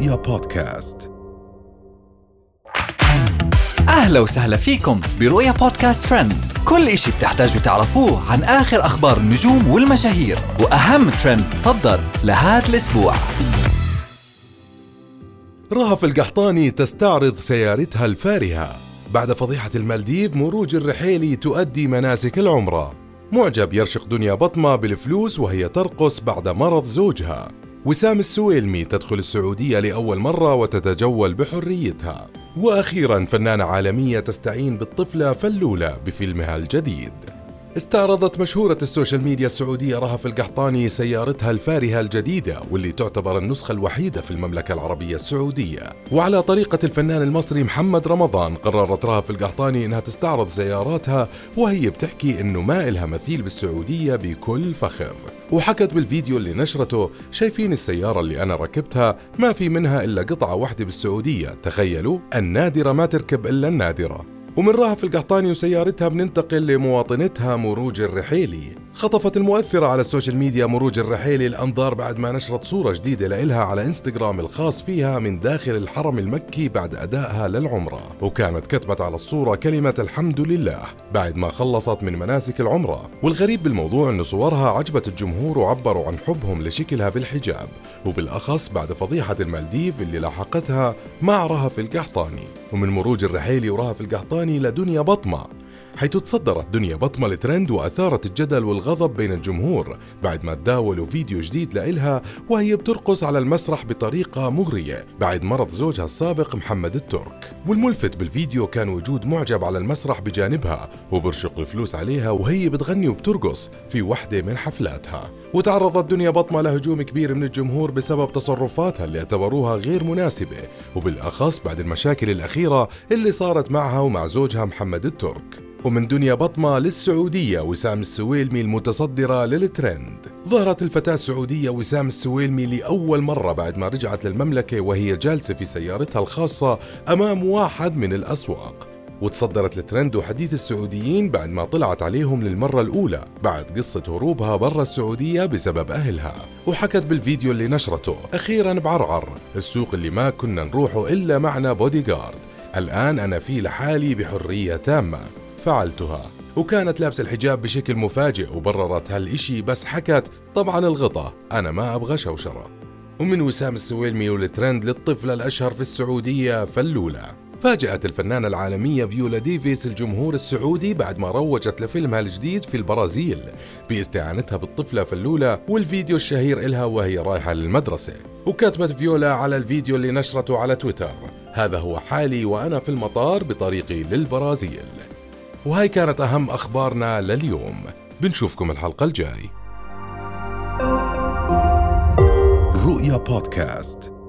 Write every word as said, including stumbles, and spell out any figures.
رؤيا بودكاست. أهلا وسهلا فيكم برؤيا بودكاست ترند، كل إشي بتحتاجوا تعرفوه عن آخر أخبار النجوم والمشاهير وأهم ترند صدر لهذا الأسبوع. رهف القحطاني تستعرض سيارتها الفارهة بعد فضيحة المالديف. مروج الرحيلي تؤدي مناسك العمرة. معجب يرشق دنيا بطمة بالفلوس وهي ترقص بعد مرض زوجها. وسام السويلمي تدخل السعودية لأول مرة وتتجول بحريتها. وأخيراً فنانة عالمية تستعين بالطفلة فلولة بفيلمها الجديد. استعرضت مشهورة السوشيال ميديا السعودية رهف القحطاني سيارتها الفارهة الجديدة واللي تعتبر النسخة الوحيدة في المملكة العربية السعودية. وعلى طريقة الفنان المصري محمد رمضان قررت رهف القحطاني إنها تستعرض سياراتها وهي بتحكي إنه ما إلها مثيل بالسعودية بكل فخر. وحكت بالفيديو اللي نشرته: شايفين السيارة اللي أنا ركبتها؟ ما في منها إلا قطعة واحدة بالسعودية، تخيلوا، النادرة ما تركب إلا النادرة. ومن رهف القحطاني وسيارتها بننتقل لمواطنتها مروج الرحيلي. خطفت المؤثرة على السوشيال ميديا مروج الرحيلي الأنظار بعد ما نشرت صورة جديدة لإلها على إنستغرام الخاص فيها من داخل الحرم المكي بعد أدائها للعمرة. وكانت كتبت على الصورة كلمة الحمد لله بعد ما خلصت من مناسك العمرة. والغريب بالموضوع أن صورها عجبت الجمهور وعبروا عن حبهم لشكلها بالحجاب، وبالأخص بعد فضيحة المالديف اللي لاحقتها مع رهف القحطاني. ومن مروج الرحيلي ورهف القحطاني لدنيا بطمة، حيث تصدرت دنيا بطمة الترند وأثارت الجدل والغضب بين الجمهور بعد ما تداولوا فيديو جديد لإلها وهي بترقص على المسرح بطريقة مغرية بعد مرض زوجها السابق محمد الترك. والملفت بالفيديو كان وجود معجب على المسرح بجانبها وبرشق الفلوس عليها وهي بتغني وبترقص في وحدة من حفلاتها. وتعرضت دنيا بطمة لهجوم كبير من الجمهور بسبب تصرفاتها اللي اعتبروها غير مناسبة، وبالأخص بعد المشاكل الأخيرة اللي صارت معها ومع زوجها محمد الترك. ومن دنيا بطمة للسعودية وسام السويلمي المتصدرة للترند. ظهرت الفتاة السعودية وسام السويلمي لأول مرة بعد ما رجعت للمملكة وهي جالسة في سيارتها الخاصة أمام واحد من الأسواق. وتصدرت الترند وحديث السعوديين بعد ما طلعت عليهم للمرة الأولى بعد قصة هروبها برا السعودية بسبب أهلها. وحكت بالفيديو اللي نشرته: أخيراً بعرعر، السوق اللي ما كنا نروحه إلا معنا بودي جارد، الآن أنا فيه لحالي بحرية تامة، فعلتها. وكانت لابس الحجاب بشكل مفاجئ وبررت هالإشي، بس حكت: طبعاً الغطاء، أنا ما أبغى شوشرة. ومن وسام السويلمي والترند للطفلة الأشهر في السعودية فلولة. فاجأت الفنانة العالمية فيولا ديفيس الجمهور السعودي بعد ما روجت لفيلمها الجديد في البرازيل باستعانتها بالطفلة فلولة والفيديو الشهير إلها وهي رايحة للمدرسة. وكتبت فيولا على الفيديو اللي نشرته على تويتر: هذا هو حالي وأنا في المطار بطريقي للبرازيل. وهاي كانت أهم أخبارنا لليوم، بنشوفكم الحلقة الجاي. رؤيا بودكاست.